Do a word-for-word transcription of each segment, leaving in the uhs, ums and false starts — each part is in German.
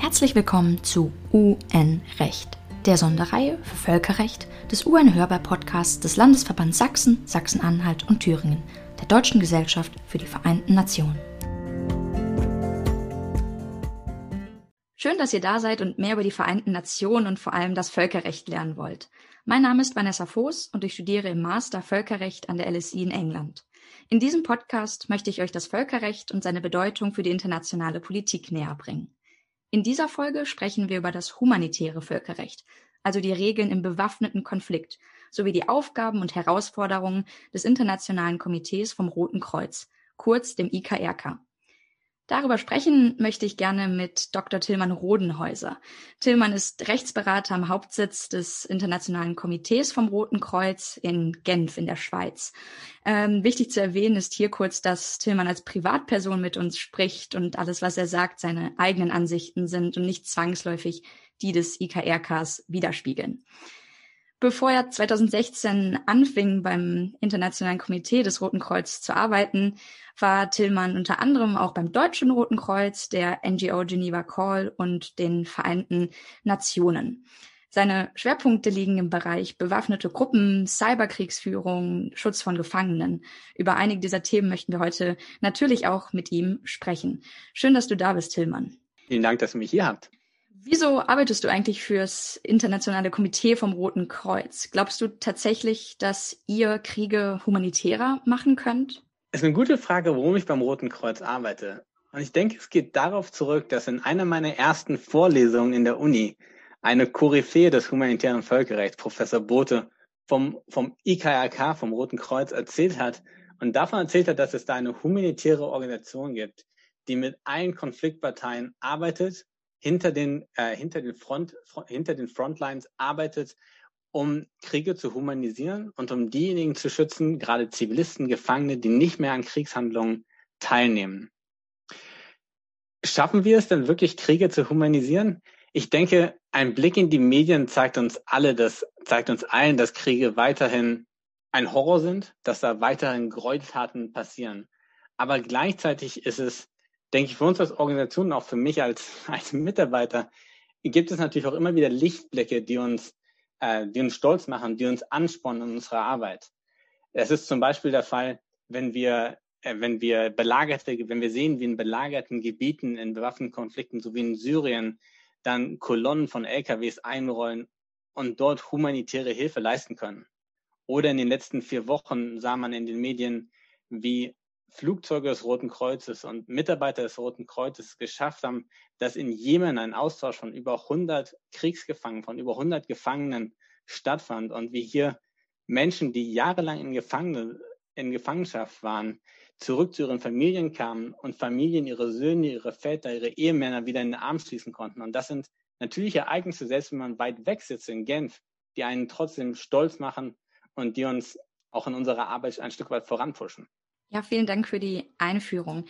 Herzlich willkommen zu U N-Recht, der Sonderreihe für Völkerrecht des U N-Hörbar-Podcasts des Landesverbands Sachsen, Sachsen-Anhalt und Thüringen, der Deutschen Gesellschaft für die Vereinten Nationen. Schön, dass ihr da seid und mehr über die Vereinten Nationen und vor allem das Völkerrecht lernen wollt. Mein Name ist Vanessa Voß und ich studiere im Master Völkerrecht an der L S I in England. In diesem Podcast möchte ich euch das Völkerrecht und seine Bedeutung für die internationale Politik näher bringen. In dieser Folge sprechen wir über das humanitäre Völkerrecht, also die Regeln im bewaffneten Konflikt, sowie die Aufgaben und Herausforderungen des Internationalen Komitees vom Roten Kreuz, kurz dem I K R K. Darüber sprechen möchte ich gerne mit Doktor Tilman Rodenhäuser. Tilman ist Rechtsberater am Hauptsitz des Internationalen Komitees vom Roten Kreuz in Genf in der Schweiz. Ähm, wichtig zu erwähnen ist hier kurz, dass Tilman als Privatperson mit uns spricht und alles, was er sagt, seine eigenen Ansichten sind und nicht zwangsläufig die des I K R Ks widerspiegeln. Bevor er zweitausendsechzehn anfing, beim Internationalen Komitee des Roten Kreuz zu arbeiten, war Tilman unter anderem auch beim Deutschen Roten Kreuz, der N G O Geneva Call und den Vereinten Nationen. Seine Schwerpunkte liegen im Bereich bewaffnete Gruppen, Cyberkriegsführung, Schutz von Gefangenen. Über einige dieser Themen möchten wir heute natürlich auch mit ihm sprechen. Schön, dass du da bist, Tilman. Vielen Dank, dass ihr mich hier habt. Wieso arbeitest du eigentlich fürs Internationale Komitee vom Roten Kreuz? Glaubst du tatsächlich, dass ihr Kriege humanitärer machen könnt? Es ist eine gute Frage, warum ich beim Roten Kreuz arbeite. Und ich denke, es geht darauf zurück, dass in einer meiner ersten Vorlesungen in der Uni eine Koryphäe des humanitären Völkerrechts, Professor Bothe, vom, vom I K R K, vom Roten Kreuz, erzählt hat. Und davon erzählt hat, dass es da eine humanitäre Organisation gibt, die mit allen Konfliktparteien arbeitet, hinter den, äh, hinter den Front, front, hinter den Frontlines arbeitet, um Kriege zu humanisieren und um diejenigen zu schützen, gerade Zivilisten, Gefangene, die nicht mehr an Kriegshandlungen teilnehmen. Schaffen wir es denn wirklich, Kriege zu humanisieren? Ich denke, ein Blick in die Medien zeigt uns alle, das zeigt uns allen, dass Kriege weiterhin ein Horror sind, dass da weiterhin Gräueltaten passieren. Aber gleichzeitig ist es, denke ich, für uns als Organisation, auch für mich als, als Mitarbeiter, gibt es natürlich auch immer wieder Lichtblicke, die uns, äh, die uns stolz machen, die uns anspornen in unserer Arbeit. Es ist zum Beispiel der Fall, wenn wir, äh, wenn wir belagerte, wenn wir sehen, wie in belagerten Gebieten, in bewaffneten Konflikten, so wie in Syrien, dann Kolonnen von L K Ws einrollen und dort humanitäre Hilfe leisten können. Oder in den letzten vier Wochen sah man in den Medien, wie Flugzeuge des Roten Kreuzes und Mitarbeiter des Roten Kreuzes geschafft haben, dass in Jemen ein Austausch von über hundert Kriegsgefangenen, von über hundert Gefangenen stattfand und wie hier Menschen, die jahrelang in, Gefangene, in Gefangenschaft waren, zurück zu ihren Familien kamen und Familien ihre Söhne, ihre Väter, ihre Ehemänner wieder in den Arm schließen konnten. Und das sind natürlich Ereignisse, selbst wenn man weit weg sitzt in Genf, die einen trotzdem stolz machen und die uns auch in unserer Arbeit ein Stück weit voranpushen. Ja, vielen Dank für die Einführung.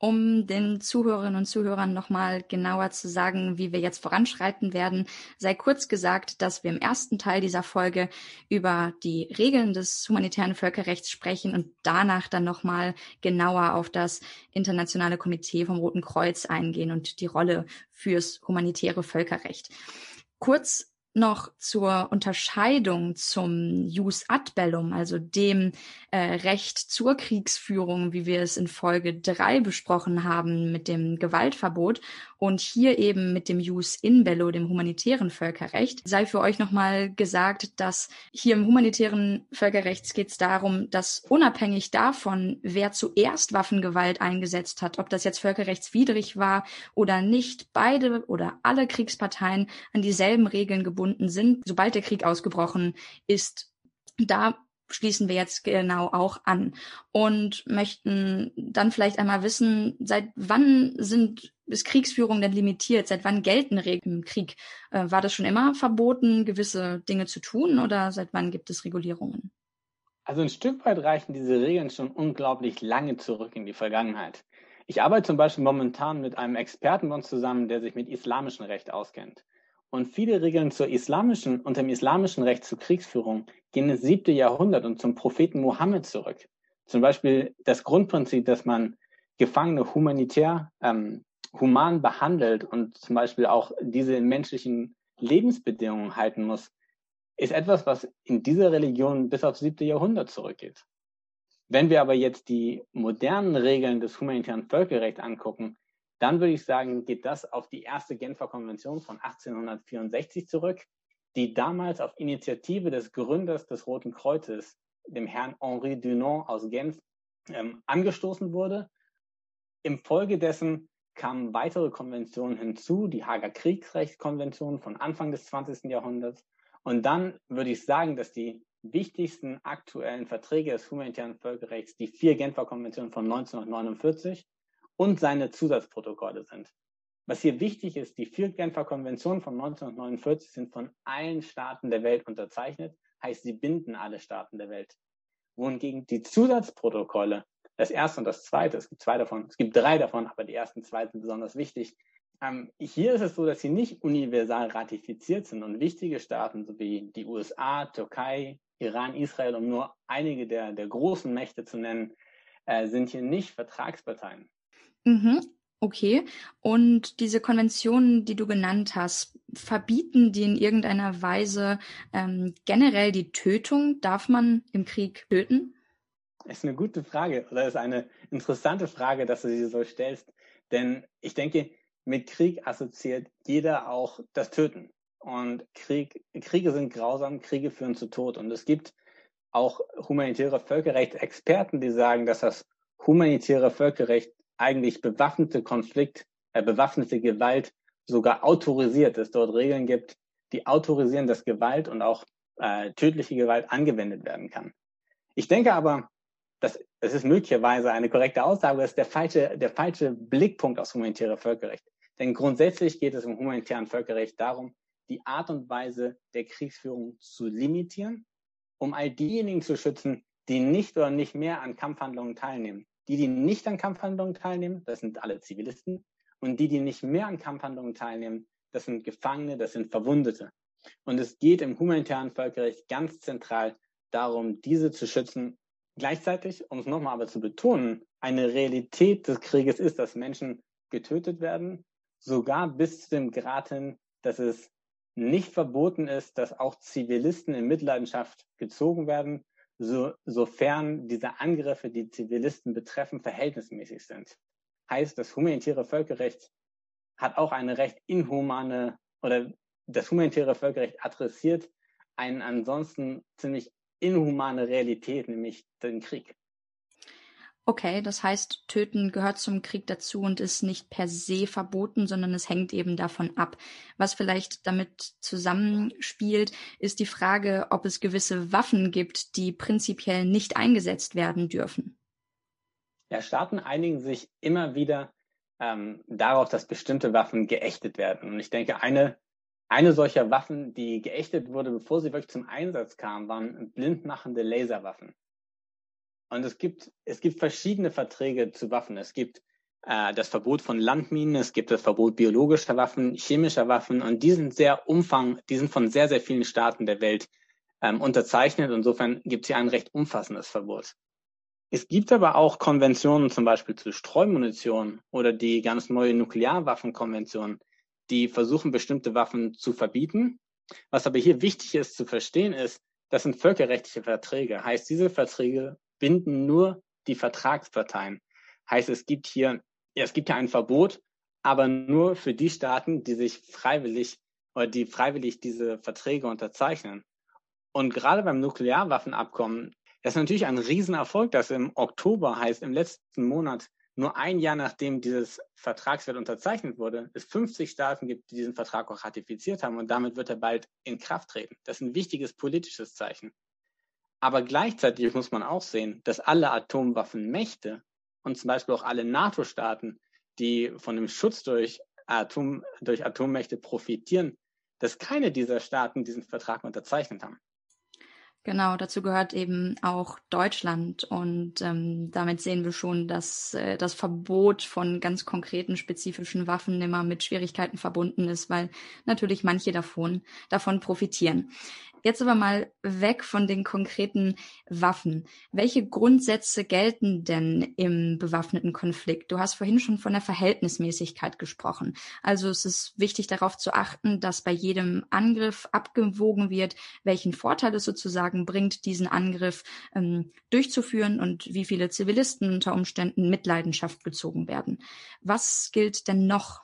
Um den Zuhörerinnen und Zuhörern nochmal genauer zu sagen, wie wir jetzt voranschreiten werden, sei kurz gesagt, dass wir im ersten Teil dieser Folge über die Regeln des humanitären Völkerrechts sprechen und danach dann nochmal genauer auf das Internationale Komitee vom Roten Kreuz eingehen und die Rolle fürs humanitäre Völkerrecht. Kurz noch zur Unterscheidung zum Jus ad bellum, also dem äh, Recht zur Kriegsführung, wie wir es in Folge drei besprochen haben mit dem Gewaltverbot und hier eben mit dem Jus in bello, dem humanitären Völkerrecht, sei für euch nochmal gesagt, dass hier im humanitären Völkerrecht geht es darum, dass unabhängig davon, wer zuerst Waffengewalt eingesetzt hat, ob das jetzt völkerrechtswidrig war oder nicht, beide oder alle Kriegsparteien an dieselben Regeln gebunden sind, sobald der Krieg ausgebrochen ist. Da schließen wir jetzt genau auch an und möchten dann vielleicht einmal wissen, seit wann sind ist Kriegsführung denn limitiert? Seit wann gelten Regeln im Krieg? Äh, war das schon immer verboten, gewisse Dinge zu tun oder seit wann gibt es Regulierungen? Also ein Stück weit reichen diese Regeln schon unglaublich lange zurück in die Vergangenheit. Ich arbeite zum Beispiel momentan mit einem Experten bei uns zusammen, der sich mit islamischem Recht auskennt. Und viele Regeln zur islamischen, unter dem islamischen Recht zur Kriegsführung gehen ins siebte Jahrhundert und zum Propheten Mohammed zurück. Zum Beispiel das Grundprinzip, dass man Gefangene humanitär, ähm, human behandelt und zum Beispiel auch diese menschlichen Lebensbedingungen halten muss, ist etwas, was in dieser Religion bis aufs siebte Jahrhundert zurückgeht. Wenn wir aber jetzt die modernen Regeln des humanitären Völkerrechts angucken, dann würde ich sagen, geht das auf die erste Genfer Konvention von achtzehnhundertvierundsechzig zurück, die damals auf Initiative des Gründers des Roten Kreuzes, dem Herrn Henri Dunant aus Genf, ähm, angestoßen wurde. Im Folge dessen kamen weitere Konventionen hinzu, die Haager Kriegsrechtskonvention von Anfang des zwanzigsten Jahrhunderts. Und dann würde ich sagen, dass die wichtigsten aktuellen Verträge des humanitären Völkerrechts die vier Genfer Konventionen von neunzehnhundertneunundvierzig und seine Zusatzprotokolle sind. Was hier wichtig ist, die vier Genfer Konventionen von neunzehnhundertneunundvierzig sind von allen Staaten der Welt unterzeichnet, heißt, sie binden alle Staaten der Welt. Wohingegen die Zusatzprotokolle, das erste und das zweite, es gibt zwei davon, es gibt drei davon, aber die ersten zwei sind besonders wichtig. Ähm, hier ist es so, dass sie nicht universal ratifiziert sind und wichtige Staaten, so wie die U S A, Türkei, Iran, Israel, um nur einige der, der großen Mächte zu nennen, äh, sind hier nicht Vertragsparteien. Mhm. Okay. Und diese Konventionen, die du genannt hast, verbieten die in irgendeiner Weise ähm, generell die Tötung? Darf man im Krieg töten? Das ist eine gute Frage oder ist eine interessante Frage, dass du sie so stellst. Denn ich denke, mit Krieg assoziiert jeder auch das Töten. Und Krieg, Kriege sind grausam, Kriege führen zu Tod. Und es gibt auch humanitäre Völkerrechtsexperten, die sagen, dass das humanitäre Völkerrecht eigentlich bewaffnete Konflikt, äh, bewaffnete Gewalt sogar autorisiert, es dort Regeln gibt, die autorisieren, dass Gewalt und auch äh, tödliche Gewalt angewendet werden kann. Ich denke aber, dass es ist möglicherweise eine korrekte Aussage, das ist der falsche, der falsche Blickpunkt aus humanitärem Völkerrecht. Denn grundsätzlich geht es im humanitären Völkerrecht darum, die Art und Weise der Kriegsführung zu limitieren, um all diejenigen zu schützen, die nicht oder nicht mehr an Kampfhandlungen teilnehmen. Die, die nicht an Kampfhandlungen teilnehmen, das sind alle Zivilisten. Und die, die nicht mehr an Kampfhandlungen teilnehmen, das sind Gefangene, das sind Verwundete. Und es geht im humanitären Völkerrecht ganz zentral darum, diese zu schützen. Gleichzeitig, um es nochmal aber zu betonen, eine Realität des Krieges ist, dass Menschen getötet werden, sogar bis zu dem Grad hin, dass es nicht verboten ist, dass auch Zivilisten in Mitleidenschaft gezogen werden, so, sofern diese Angriffe, die Zivilisten betreffen, verhältnismäßig sind. Heißt, das humanitäre Völkerrecht hat auch eine recht inhumane, oder das humanitäre Völkerrecht adressiert eine ansonsten ziemlich inhumane Realität, nämlich den Krieg. Okay, das heißt, Töten gehört zum Krieg dazu und ist nicht per se verboten, sondern es hängt eben davon ab. Was vielleicht damit zusammenspielt, ist die Frage, ob es gewisse Waffen gibt, die prinzipiell nicht eingesetzt werden dürfen. Ja, Staaten einigen sich immer wieder ähm, darauf, dass bestimmte Waffen geächtet werden. Und ich denke, eine, eine solcher Waffen, die geächtet wurde, bevor sie wirklich zum Einsatz kam, waren blindmachende Laserwaffen. Und es gibt, es gibt verschiedene Verträge zu Waffen. Es gibt äh, das Verbot von Landminen, es gibt das Verbot biologischer Waffen, chemischer Waffen. Und die sind sehr umfang, die sind von sehr, sehr vielen Staaten der Welt ähm, unterzeichnet. Insofern gibt es hier ein recht umfassendes Verbot. Es gibt aber auch Konventionen, zum Beispiel zu Streumunition oder die ganz neue Nuklearwaffenkonvention, die versuchen, bestimmte Waffen zu verbieten. Was aber hier wichtig ist zu verstehen ist, das sind völkerrechtliche Verträge. Heißt, diese Verträge binden nur die Vertragsparteien. Heißt, es gibt hier, ja, es gibt hier ein Verbot, aber nur für die Staaten, die sich freiwillig oder die freiwillig diese Verträge unterzeichnen. Und gerade beim Nuklearwaffenabkommen, das ist natürlich ein Riesenerfolg, dass im Oktober, heißt im letzten Monat, nur ein Jahr nachdem dieses Vertragswerk unterzeichnet wurde, es fünfzig Staaten gibt, die diesen Vertrag auch ratifiziert haben und damit wird er bald in Kraft treten. Das ist ein wichtiges politisches Zeichen. Aber gleichzeitig muss man auch sehen, dass alle Atomwaffenmächte und zum Beispiel auch alle NATO-Staaten, die von dem Schutz durch, Atom, durch Atommächte profitieren, dass keine dieser Staaten diesen Vertrag unterzeichnet haben. Genau, dazu gehört eben auch Deutschland und ähm, damit sehen wir schon, dass äh, das Verbot von ganz konkreten spezifischen Waffen immer mit Schwierigkeiten verbunden ist, weil natürlich manche davon davon profitieren. Jetzt aber mal weg von den konkreten Waffen. Welche Grundsätze gelten denn im bewaffneten Konflikt? Du hast vorhin schon von der Verhältnismäßigkeit gesprochen. Also es ist wichtig, darauf zu achten, dass bei jedem Angriff abgewogen wird, welchen Vorteil es sozusagen bringt, diesen Angriff ähm, durchzuführen und wie viele Zivilisten unter Umständen Mitleidenschaft gezogen werden. Was gilt denn noch?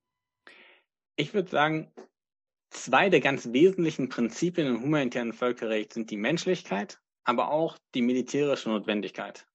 Ich würde sagen, zwei der ganz wesentlichen Prinzipien im humanitären Völkerrecht sind die Menschlichkeit, aber auch die militärische Notwendigkeit.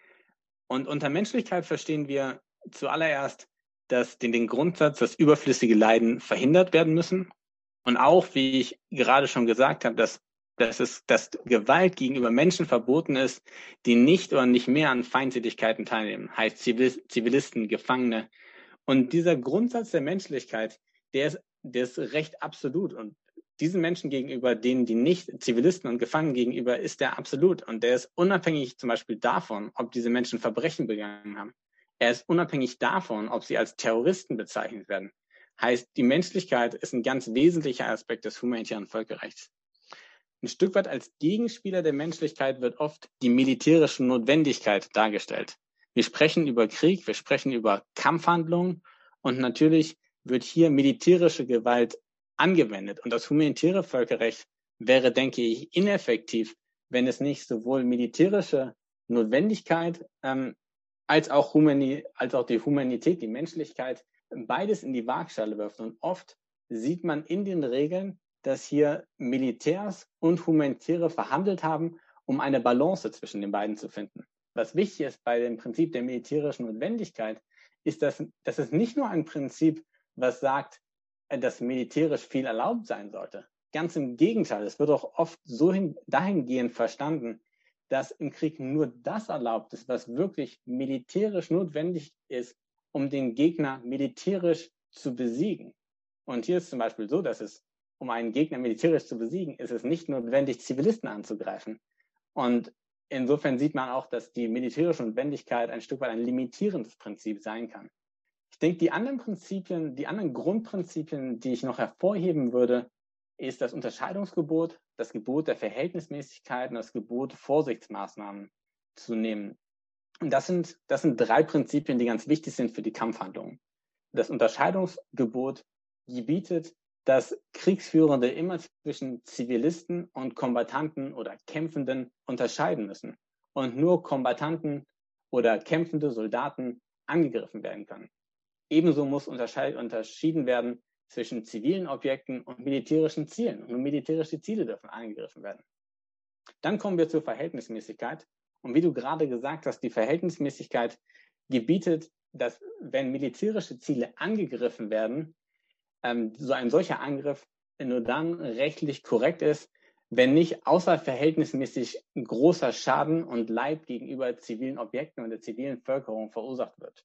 Und unter Menschlichkeit verstehen wir zuallererst, dass den, den Grundsatz, dass überflüssige Leiden verhindert werden müssen. Und auch, wie ich gerade schon gesagt habe, dass, dass, es, dass Gewalt gegenüber Menschen verboten ist, die nicht oder nicht mehr an Feindseligkeiten teilnehmen, heißt Zivilisten, Gefangene. Und dieser Grundsatz der Menschlichkeit, der ist, der ist recht absolut. Und diesen Menschen gegenüber, denen, die nicht Zivilisten und Gefangenen gegenüber, ist der absolut. Und der ist unabhängig zum Beispiel davon, ob diese Menschen Verbrechen begangen haben. Er ist unabhängig davon, ob sie als Terroristen bezeichnet werden. Heißt, die Menschlichkeit ist ein ganz wesentlicher Aspekt des humanitären Völkerrechts. Ein Stück weit als Gegenspieler der Menschlichkeit wird oft die militärische Notwendigkeit dargestellt. Wir sprechen über Krieg, wir sprechen über Kampfhandlungen und natürlich wird hier militärische Gewalt angewendet. Und das humanitäre Völkerrecht wäre, denke ich, ineffektiv, wenn es nicht sowohl militärische Notwendigkeit ähm, als auch, Humani- als auch die Humanität, die Menschlichkeit, beides in die Waagschale wirft. Und oft sieht man in den Regeln, dass hier Militärs und Humanitäre verhandelt haben, um eine Balance zwischen den beiden zu finden. Was wichtig ist bei dem Prinzip der militärischen Notwendigkeit, ist, dass, dass es nicht nur ein Prinzip, was sagt, dass militärisch viel erlaubt sein sollte. Ganz im Gegenteil, es wird auch oft so hin, dahingehend verstanden, dass im Krieg nur das erlaubt ist, was wirklich militärisch notwendig ist, um den Gegner militärisch zu besiegen. Und hier ist zum Beispiel so, dass es, um einen Gegner militärisch zu besiegen, ist es nicht notwendig, Zivilisten anzugreifen. Und insofern sieht man auch, dass die militärische Notwendigkeit ein Stück weit ein limitierendes Prinzip sein kann. Ich denke, die anderen Prinzipien, die anderen Grundprinzipien, die ich noch hervorheben würde, ist das Unterscheidungsgebot, das Gebot der Verhältnismäßigkeit und das Gebot, Vorsichtsmaßnahmen zu nehmen. Und das sind, das sind drei Prinzipien, die ganz wichtig sind für die Kampfhandlungen. Das Unterscheidungsgebot gebietet, dass Kriegsführende immer zwischen Zivilisten und Kombattanten oder Kämpfenden unterscheiden müssen und nur Kombattanten oder kämpfende Soldaten angegriffen werden können. Ebenso muss unterschieden werden zwischen zivilen Objekten und militärischen Zielen. Und nur militärische Ziele dürfen angegriffen werden. Dann kommen wir zur Verhältnismäßigkeit. Und wie du gerade gesagt hast, die Verhältnismäßigkeit gebietet, dass wenn militärische Ziele angegriffen werden, ähm, so ein solcher Angriff nur dann rechtlich korrekt ist, wenn nicht außerverhältnismäßig großer Schaden und Leid gegenüber zivilen Objekten und der zivilen Bevölkerung verursacht wird.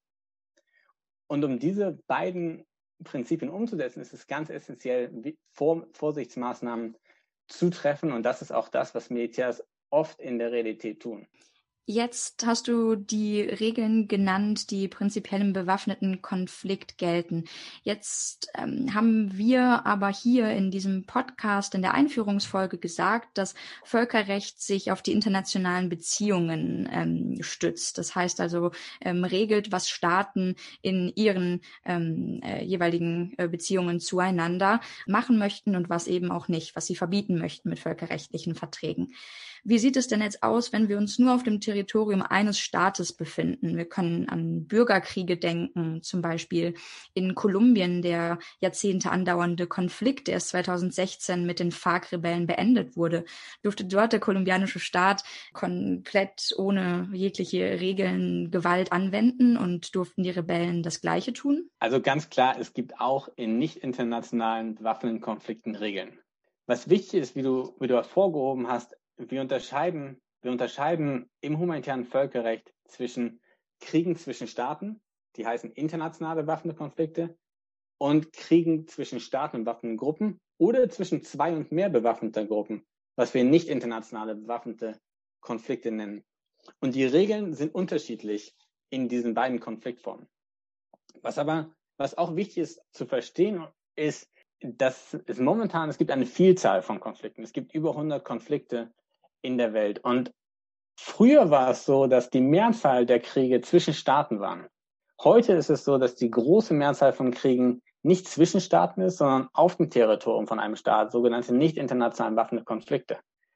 Und um diese beiden Prinzipien umzusetzen, ist es ganz essentiell, Vorsichtsmaßnahmen zu treffen. Und das ist auch das, was Militärs oft in der Realität tun. Jetzt hast du die Regeln genannt, die prinzipiell im bewaffneten Konflikt gelten. Jetzt ähm, haben wir aber hier in diesem Podcast in der Einführungsfolge gesagt, dass Völkerrecht sich auf die internationalen Beziehungen ähm, stützt. Das heißt also, ähm, regelt, was Staaten in ihren ähm, äh, jeweiligen äh, Beziehungen zueinander machen möchten und was eben auch nicht, was sie verbieten möchten mit völkerrechtlichen Verträgen. Wie sieht es denn jetzt aus, wenn wir uns nur auf dem Territorium eines Staates befinden? Wir können an Bürgerkriege denken, zum Beispiel in Kolumbien der Jahrzehnte andauernde Konflikt, der erst zweitausendsechzehn mit den FARC-Rebellen beendet wurde. Durfte dort der kolumbianische Staat komplett ohne jegliche Regeln Gewalt anwenden und durften die Rebellen das Gleiche tun? Also ganz klar, es gibt auch in nicht internationalen bewaffneten Konflikten Regeln. Was wichtig ist, wie du, wie du hervorgehoben hast, Wir unterscheiden, wir unterscheiden im humanitären Völkerrecht zwischen Kriegen zwischen Staaten, die heißen internationale bewaffnete Konflikte, und Kriegen zwischen Staaten und bewaffneten Gruppen oder zwischen zwei und mehr bewaffneter Gruppen, was wir nicht internationale bewaffnete Konflikte nennen. Und die Regeln sind unterschiedlich in diesen beiden Konfliktformen. Was aber, was auch wichtig ist zu verstehen, ist, das ist momentan, es gibt eine Vielzahl von Konflikten. Es gibt über hundert Konflikte in der Welt. Und früher war es so, dass die Mehrzahl der Kriege zwischen Staaten waren. Heute ist es so, dass die große Mehrzahl von Kriegen nicht zwischen Staaten ist, sondern auf dem Territorium von einem Staat, sogenannte nicht international bewaffnete Konflikte.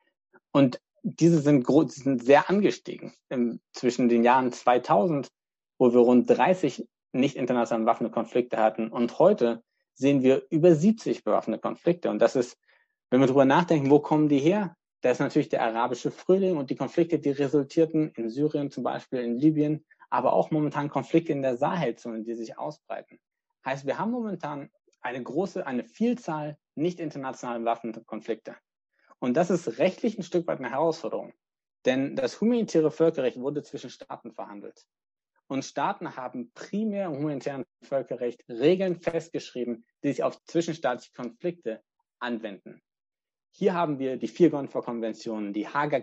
Und diese sind, gro- sind sehr angestiegen. Im, zwischen den Jahren zweitausend, wo wir rund dreißig nicht international bewaffnete Konflikte hatten, und heute sehen wir über siebzig bewaffnete Konflikte. Und das ist, wenn wir darüber nachdenken, wo kommen die her? Da ist natürlich der arabische Frühling und die Konflikte, die resultierten in Syrien zum Beispiel, in Libyen, aber auch momentan Konflikte in der Sahelzone, die sich ausbreiten. Heißt, wir haben momentan eine große, eine Vielzahl nicht international bewaffneter Konflikte. Und das ist rechtlich ein Stück weit eine Herausforderung. Denn das humanitäre Völkerrecht wurde zwischen Staaten verhandelt. Und Staaten haben primär im humanitären Völkerrecht Regeln festgeschrieben, die sich auf zwischenstaatliche Konflikte anwenden. Hier haben wir die vier Genfer Konventionen, die Haager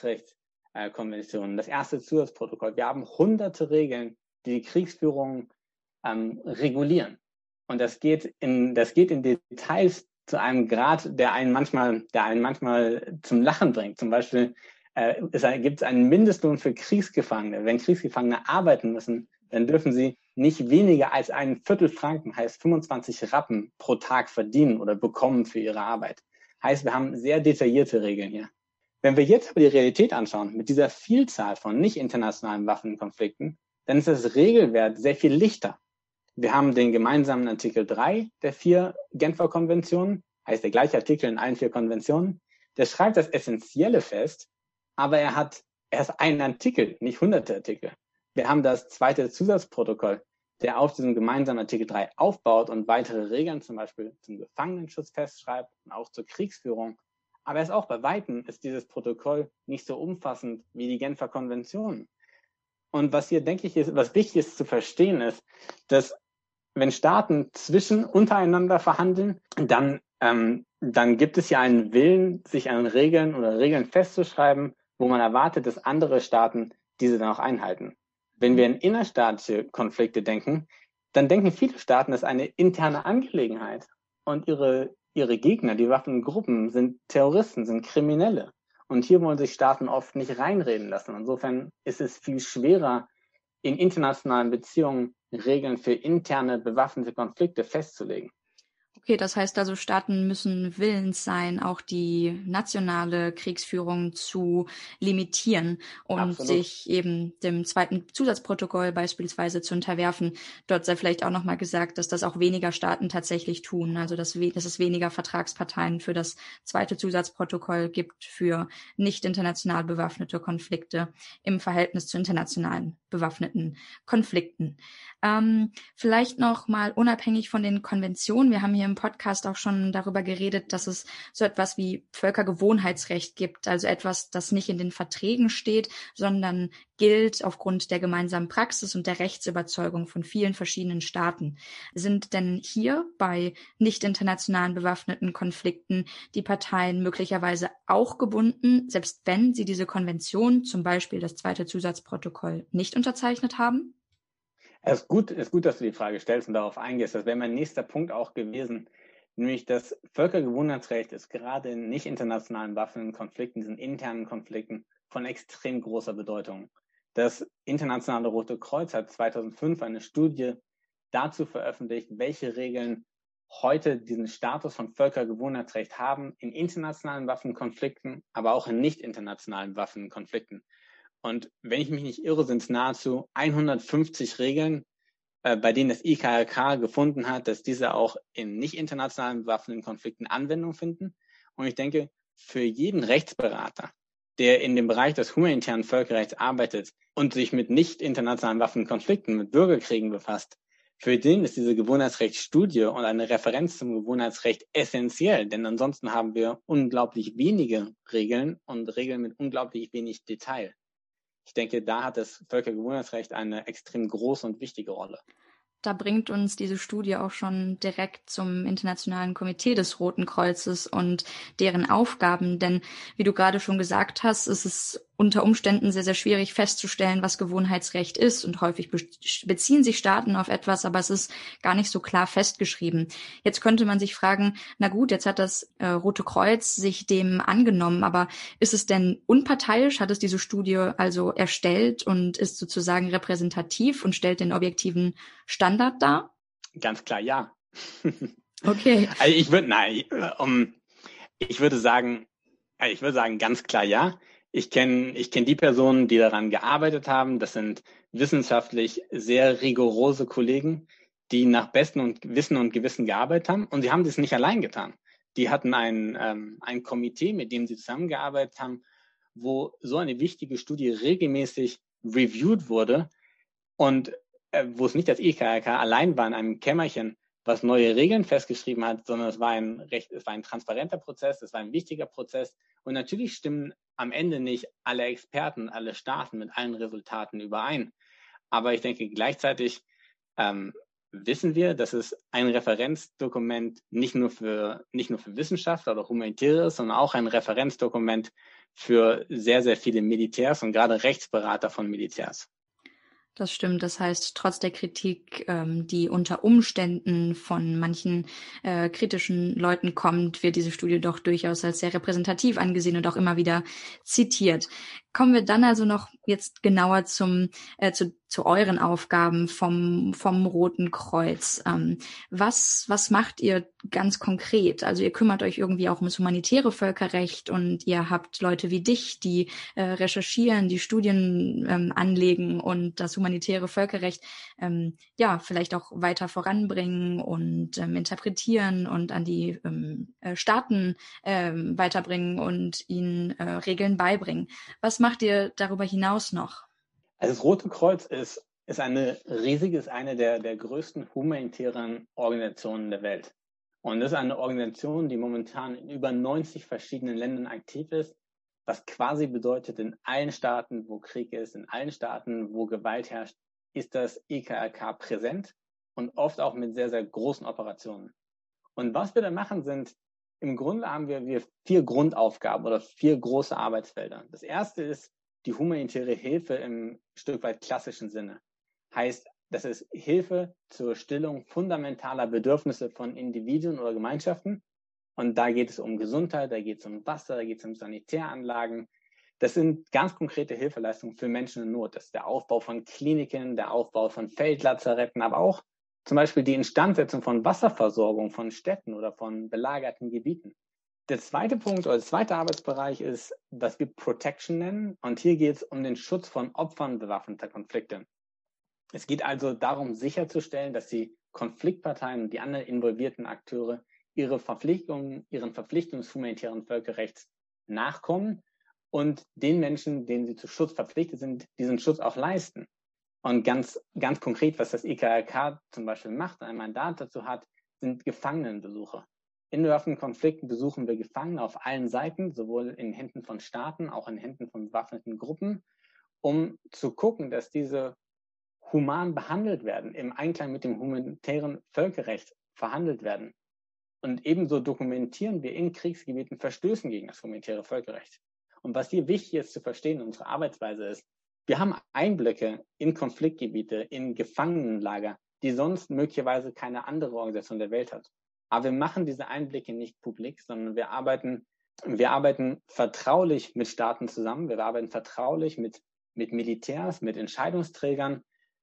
Kriegsrechtskonventionen, das erste Zusatzprotokoll. Wir haben hunderte Regeln, die die Kriegsführung ähm, regulieren. Und das geht in, das geht in Details zu einem Grad, der einen manchmal, der einen manchmal zum Lachen bringt. Zum Beispiel äh, es gibt es einen Mindestlohn für Kriegsgefangene. Wenn Kriegsgefangene arbeiten müssen, dann dürfen sie nicht weniger als einen Viertel Franken, heißt fünfundzwanzig Rappen pro Tag verdienen oder bekommen für ihre Arbeit. Heißt, wir haben sehr detaillierte Regeln hier. Wenn wir jetzt aber die Realität anschauen, mit dieser Vielzahl von nicht internationalen Waffenkonflikten, dann ist das Regelwerk sehr viel lichter. Wir haben den gemeinsamen Artikel drei der vier Genfer Konventionen, heißt der gleiche Artikel in allen vier Konventionen. Der schreibt das Essentielle fest, aber er hat erst einen Artikel, nicht hunderte Artikel. Wir haben das zweite Zusatzprotokoll, der auf diesem gemeinsamen Artikel drei aufbaut und weitere Regeln zum Beispiel zum Gefangenenschutz festschreibt und auch zur Kriegsführung. Aber es auch bei Weitem ist dieses Protokoll nicht so umfassend wie die Genfer Konventionen. Und was hier, denke ich, ist, was wichtig ist zu verstehen, ist, dass wenn Staaten zwischen untereinander verhandeln, dann, ähm, dann gibt es ja einen Willen, sich an Regeln oder Regeln festzuschreiben, wo man erwartet, dass andere Staaten diese dann auch einhalten. Wenn wir in innerstaatliche Konflikte denken, dann denken viele Staaten, das ist eine interne Angelegenheit. Und ihre, ihre Gegner, die Waffengruppen, sind Terroristen, sind Kriminelle. Und hier wollen sich Staaten oft nicht reinreden lassen. Insofern ist es viel schwerer, in internationalen Beziehungen Regeln für interne bewaffnete Konflikte festzulegen. Okay, das heißt also, Staaten müssen willens sein, auch die nationale Kriegsführung zu limitieren und Absolut. sich eben dem zweiten Zusatzprotokoll beispielsweise zu unterwerfen. Dort sei vielleicht auch nochmal gesagt, dass das auch weniger Staaten tatsächlich tun, also dass, we- dass es weniger Vertragsparteien für das zweite Zusatzprotokoll gibt für nicht international bewaffnete Konflikte im Verhältnis zu internationalen bewaffneten Konflikten. Ähm, vielleicht noch mal unabhängig von den Konventionen. Wir haben hier im Podcast auch schon darüber geredet, dass es so etwas wie Völkergewohnheitsrecht gibt, also etwas, das nicht in den Verträgen steht, sondern gilt aufgrund der gemeinsamen Praxis und der Rechtsüberzeugung von vielen verschiedenen Staaten. Sind denn hier bei nicht internationalen bewaffneten Konflikten die Parteien möglicherweise auch gebunden, selbst wenn sie diese Konvention, zum Beispiel das zweite Zusatzprotokoll, nicht unterzeichnet haben? Es ist gut, es ist gut, dass du die Frage stellst und darauf eingehst. Das wäre mein nächster Punkt auch gewesen, nämlich das Völkergewohnheitsrecht ist gerade in nicht internationalen Waffenkonflikten, diesen internen Konflikten, von extrem großer Bedeutung. Das Internationale Rote Kreuz hat zweitausendfünf eine Studie dazu veröffentlicht, welche Regeln heute diesen Status von Völkergewohnheitsrecht haben in internationalen Waffenkonflikten, aber auch in nicht internationalen Waffenkonflikten. Und wenn ich mich nicht irre, sind es nahezu hundertfünfzig Regeln, äh, bei denen das I K R K gefunden hat, dass diese auch in nicht internationalen bewaffneten Konflikten Anwendung finden. Und ich denke, für jeden Rechtsberater, der in dem Bereich des humanitären Völkerrechts arbeitet und sich mit nicht internationalen Waffenkonflikten, mit Bürgerkriegen befasst, für den ist diese Gewohnheitsrechtsstudie und eine Referenz zum Gewohnheitsrecht essentiell, denn ansonsten haben wir unglaublich wenige Regeln und Regeln mit unglaublich wenig Detail. Ich denke, da hat das Völkergewohnheitsrecht eine extrem große und wichtige Rolle. Da bringt uns diese Studie auch schon direkt zum Internationalen Komitee des Roten Kreuzes und deren Aufgaben. Denn wie du gerade schon gesagt hast, ist es unter Umständen sehr, sehr schwierig festzustellen, was Gewohnheitsrecht ist. Und häufig beziehen sich Staaten auf etwas, aber es ist gar nicht so klar festgeschrieben. Jetzt könnte man sich fragen, na gut, jetzt hat das äh, Rote Kreuz sich dem angenommen, aber ist es denn unparteiisch? Hat es diese Studie also erstellt und ist sozusagen repräsentativ und stellt den objektiven Standard dar? Ganz klar, ja. Okay. Also ich würde, nein, um, ich würde sagen, ich würde sagen, ganz klar ja. Ich kenne ich kenn die Personen, die daran gearbeitet haben. Das sind wissenschaftlich sehr rigorose Kollegen, die nach bestem und Wissen und Gewissen gearbeitet haben. Und sie haben das nicht allein getan. Die hatten ein, ähm, ein Komitee, mit dem sie zusammengearbeitet haben, wo so eine wichtige Studie regelmäßig reviewed wurde und äh, wo es nicht das I K R K allein war in einem Kämmerchen, was neue Regeln festgeschrieben hat, sondern es war ein recht, es war ein transparenter Prozess, es war ein wichtiger Prozess. Und natürlich stimmen am Ende nicht alle Experten, alle Staaten mit allen Resultaten überein. Aber ich denke, gleichzeitig ähm, wissen wir, dass es ein Referenzdokument nicht nur für, nicht nur für Wissenschaftler oder Humanitäre ist, sondern auch ein Referenzdokument für sehr, sehr viele Militärs und gerade Rechtsberater von Militärs. Das stimmt. Das heißt, trotz der Kritik, ähm, die unter Umständen von manchen äh, kritischen Leuten kommt, wird diese Studie doch durchaus als sehr repräsentativ angesehen und auch immer wieder zitiert. Kommen wir dann also noch jetzt genauer zum äh, zu, zu euren Aufgaben vom vom Roten Kreuz. Ähm, was was macht ihr ganz konkret? Also ihr kümmert euch irgendwie auch ums humanitäre Völkerrecht und ihr habt Leute wie dich, die äh, recherchieren, die Studien ähm, anlegen und das humanitäre Völkerrecht ähm, ja vielleicht auch weiter voranbringen und ähm, interpretieren und an die ähm, äh, Staaten ähm, weiterbringen und ihnen äh, Regeln beibringen. Was macht ihr darüber hinaus noch? Also das Rote Kreuz ist, ist eine riesige, ist eine der, der größten humanitären Organisationen der Welt. Und das ist eine Organisation, die momentan in über neunzig verschiedenen Ländern aktiv ist, was quasi bedeutet, in allen Staaten, wo Krieg ist, in allen Staaten, wo Gewalt herrscht, ist das I K R K präsent und oft auch mit sehr, sehr großen Operationen. Und was wir da machen, sind, im Grunde haben wir, wir vier Grundaufgaben oder vier große Arbeitsfelder. Das erste ist die humanitäre Hilfe im Stück weit klassischen Sinne. Heißt, das ist Hilfe zur Stillung fundamentaler Bedürfnisse von Individuen oder Gemeinschaften. Und da geht es um Gesundheit, da geht es um Wasser, da geht es um Sanitäranlagen. Das sind ganz konkrete Hilfeleistungen für Menschen in Not. Das ist der Aufbau von Kliniken, der Aufbau von Feldlazaretten, aber auch zum Beispiel die Instandsetzung von Wasserversorgung von Städten oder von belagerten Gebieten. Der zweite Punkt oder der zweite Arbeitsbereich ist, was wir Protection nennen. Und hier geht es um den Schutz von Opfern bewaffneter Konflikte. Es geht also darum, sicherzustellen, dass die Konfliktparteien und die anderen involvierten Akteure ihre Verpflichtungen, ihren Verpflichtungen des humanitären Völkerrechts nachkommen und den Menschen, denen sie zu Schutz verpflichtet sind, diesen Schutz auch leisten. Und ganz, ganz konkret, was das I K R K zum Beispiel macht, ein Mandat dazu hat, sind Gefangenenbesuche. In bewaffneten Konflikten besuchen wir Gefangene auf allen Seiten, sowohl in Händen von Staaten, auch in Händen von bewaffneten Gruppen, um zu gucken, dass diese human behandelt werden, im Einklang mit dem humanitären Völkerrecht verhandelt werden. Und ebenso dokumentieren wir in Kriegsgebieten Verstößen gegen das humanitäre Völkerrecht. Und was hier wichtig ist zu verstehen, unsere Arbeitsweise ist, wir haben Einblicke in Konfliktgebiete, in Gefangenenlager, die sonst möglicherweise keine andere Organisation der Welt hat. Aber wir machen diese Einblicke nicht publik, sondern wir arbeiten, wir arbeiten vertraulich mit Staaten zusammen, wir arbeiten vertraulich mit, mit Militärs, mit Entscheidungsträgern,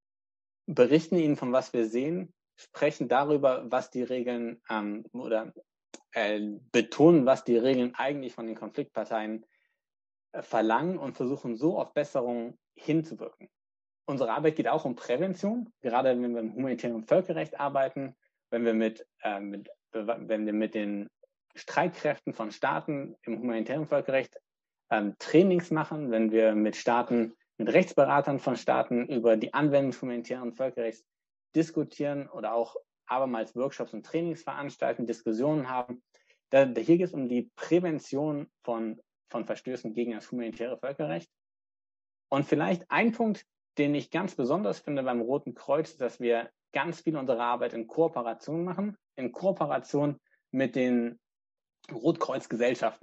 berichten ihnen von was wir sehen, sprechen darüber, was die Regeln ähm, oder äh, betonen, was die Regeln eigentlich von den Konfliktparteien äh, verlangen und versuchen so auf Besserungen hinzuwirken. Unsere Arbeit geht auch um Prävention, gerade wenn wir im humanitären Völkerrecht arbeiten, wenn wir mit, äh, mit, wenn wir mit den Streitkräften von Staaten im humanitären Völkerrecht ähm, Trainings machen, wenn wir mit Staaten, mit Rechtsberatern von Staaten über die Anwendung des humanitären Völkerrechts diskutieren oder auch abermals Workshops und Trainings veranstalten, Diskussionen haben. Da, hier geht es um die Prävention von, von Verstößen gegen das humanitäre Völkerrecht. Und vielleicht ein Punkt, den ich ganz besonders finde beim Roten Kreuz, ist, dass wir ganz viel unserer Arbeit in Kooperation machen, in Kooperation mit den Rotkreuz-Gesellschaften.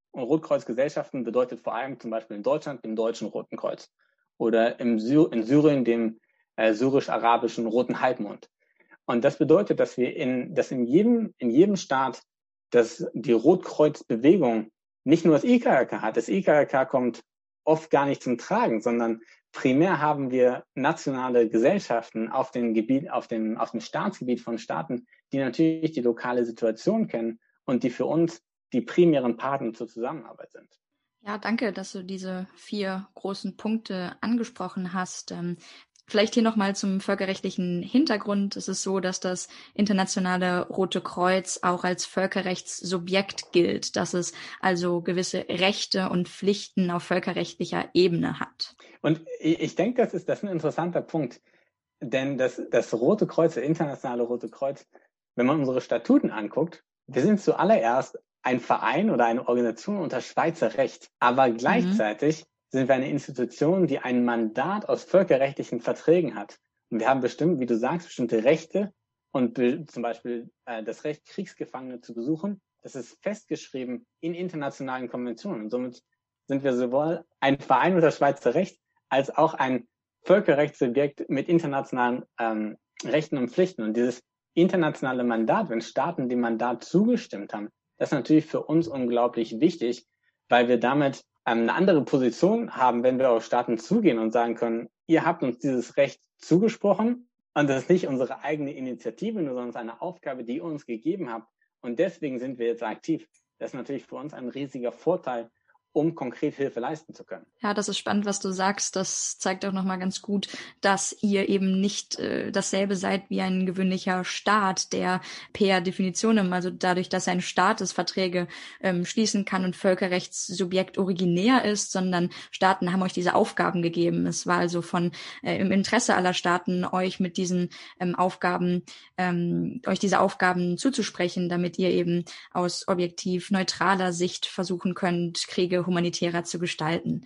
Und Rotkreuzgesellschaften bedeutet vor allem zum Beispiel in Deutschland dem Deutschen Roten Kreuz oder im Sy- in Syrien dem äh, syrisch-arabischen Roten Halbmond. Und das bedeutet, dass wir in, dass in jedem, in jedem Staat, dass die Rotkreuzbewegung nicht nur das I K R K hat. Das I K R K kommt oft gar nicht zum Tragen, sondern primär haben wir nationale Gesellschaften auf dem Gebiet, auf dem, auf dem Staatsgebiet von Staaten, die natürlich die lokale Situation kennen und die für uns die primären Partner zur Zusammenarbeit sind. Ja, danke, dass du diese vier großen Punkte angesprochen hast. Ähm, Vielleicht hier nochmal zum völkerrechtlichen Hintergrund. Es ist so, dass das Internationale Rote Kreuz auch als Völkerrechtssubjekt gilt, dass es also gewisse Rechte und Pflichten auf völkerrechtlicher Ebene hat. Und ich denke, das ist, das ist ein interessanter Punkt, denn das, das Rote Kreuz, das Internationale Rote Kreuz, wenn man unsere Statuten anguckt, wir sind zuallererst ein Verein oder eine Organisation unter Schweizer Recht, aber gleichzeitig mhm. sind wir eine Institution, die ein Mandat aus völkerrechtlichen Verträgen hat. Und wir haben bestimmt, wie du sagst, bestimmte Rechte und be- zum Beispiel äh, das Recht, Kriegsgefangene zu besuchen. Das ist festgeschrieben in internationalen Konventionen. Und somit sind wir sowohl ein Verein unter Schweizer Recht als auch ein Völkerrechtssubjekt mit internationalen ähm, Rechten und Pflichten. Und dieses internationale Mandat, wenn Staaten dem Mandat zugestimmt haben, das ist natürlich für uns unglaublich wichtig, weil wir damit eine andere Position haben, wenn wir auf Staaten zugehen und sagen können, ihr habt uns dieses Recht zugesprochen und das ist nicht unsere eigene Initiative, nur sondern eine Aufgabe, die ihr uns gegeben habt und deswegen sind wir jetzt aktiv. Das ist natürlich für uns ein riesiger Vorteil, um konkret Hilfe leisten zu können. Ja, das ist spannend, was du sagst. Das zeigt auch nochmal ganz gut, dass ihr eben nicht äh, dasselbe seid wie ein gewöhnlicher Staat, der per Definition, also dadurch, dass er ein Staat ist, Verträge ähm, schließen kann und Völkerrechtssubjekt originär ist, sondern Staaten haben euch diese Aufgaben gegeben. Es war also von äh, im Interesse aller Staaten, euch mit diesen ähm, Aufgaben, ähm, euch diese Aufgaben zuzusprechen, damit ihr eben aus objektiv neutraler Sicht versuchen könnt, Kriege humanitärer zu gestalten.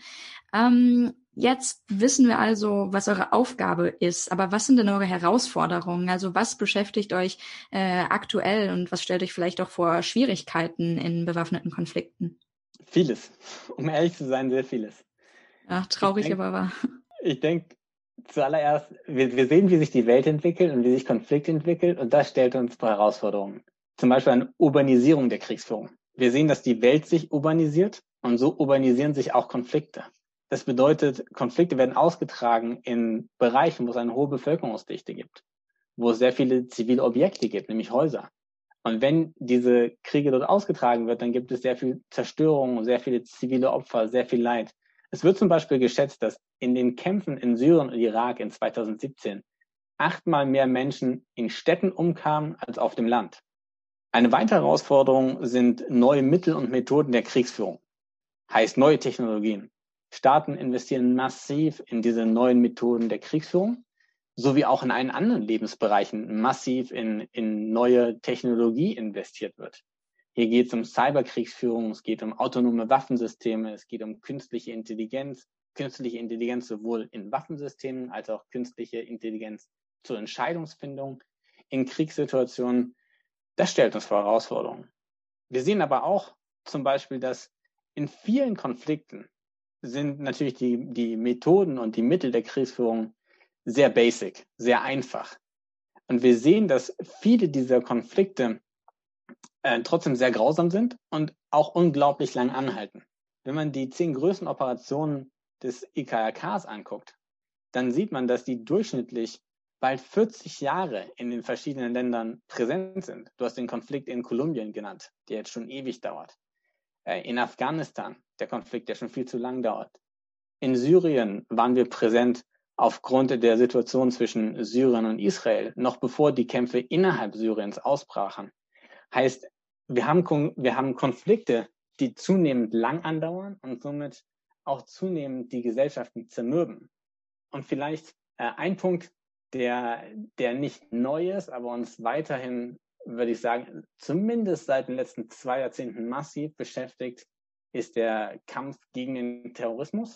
Ähm, jetzt wissen wir also, was eure Aufgabe ist, aber was sind denn eure Herausforderungen? Also was beschäftigt euch äh, aktuell und was stellt euch vielleicht auch vor Schwierigkeiten in bewaffneten Konflikten? Vieles, um ehrlich zu sein, sehr vieles. Ach, traurig, denk, aber wahr. Ich denke, zuallererst, wir, wir sehen, wie sich die Welt entwickelt und wie sich Konflikt entwickelt und das stellt uns vor Herausforderungen. Zum Beispiel eine Urbanisierung der Kriegsführung. Wir sehen, dass die Welt sich urbanisiert und so urbanisieren sich auch Konflikte. Das bedeutet, Konflikte werden ausgetragen in Bereichen, wo es eine hohe Bevölkerungsdichte gibt, wo es sehr viele zivile Objekte gibt, nämlich Häuser. Und wenn diese Kriege dort ausgetragen wird, dann gibt es sehr viel Zerstörung, sehr viele zivile Opfer, sehr viel Leid. Es wird zum Beispiel geschätzt, dass in den Kämpfen in Syrien und Irak in zweitausendsiebzehn achtmal mehr Menschen in Städten umkamen als auf dem Land. Eine weitere Herausforderung sind neue Mittel und Methoden der Kriegsführung, heißt neue Technologien. Staaten investieren massiv in diese neuen Methoden der Kriegsführung, sowie auch in allen anderen Lebensbereichen massiv in, in neue Technologie investiert wird. Hier geht es um Cyberkriegsführung, es geht um autonome Waffensysteme, es geht um künstliche Intelligenz, künstliche Intelligenz sowohl in Waffensystemen als auch künstliche Intelligenz zur Entscheidungsfindung in Kriegssituationen. Das stellt uns vor Herausforderungen. Wir sehen aber auch zum Beispiel, dass in vielen Konflikten sind natürlich die, die Methoden und die Mittel der Kriegsführung sehr basic, sehr einfach. Und wir sehen, dass viele dieser Konflikte äh, trotzdem sehr grausam sind und auch unglaublich lang anhalten. Wenn man die zehn größten Operationen des I K R Ks anguckt, dann sieht man, dass die durchschnittlich bald vierzig Jahre in den verschiedenen Ländern präsent sind. Du hast den Konflikt in Kolumbien genannt, der jetzt schon ewig dauert. Äh, in Afghanistan, der Konflikt, der schon viel zu lang dauert. In Syrien waren wir präsent aufgrund der Situation zwischen Syrien und Israel, noch bevor die Kämpfe innerhalb Syriens ausbrachen. Heißt, wir haben, wir haben Konflikte, die zunehmend lang andauern und somit auch zunehmend die Gesellschaften zermürben. Und vielleicht äh, ein Punkt, der, der nicht neu ist, aber uns weiterhin, würde ich sagen, zumindest seit den letzten zwei Jahrzehnten massiv beschäftigt, ist der Kampf gegen den Terrorismus.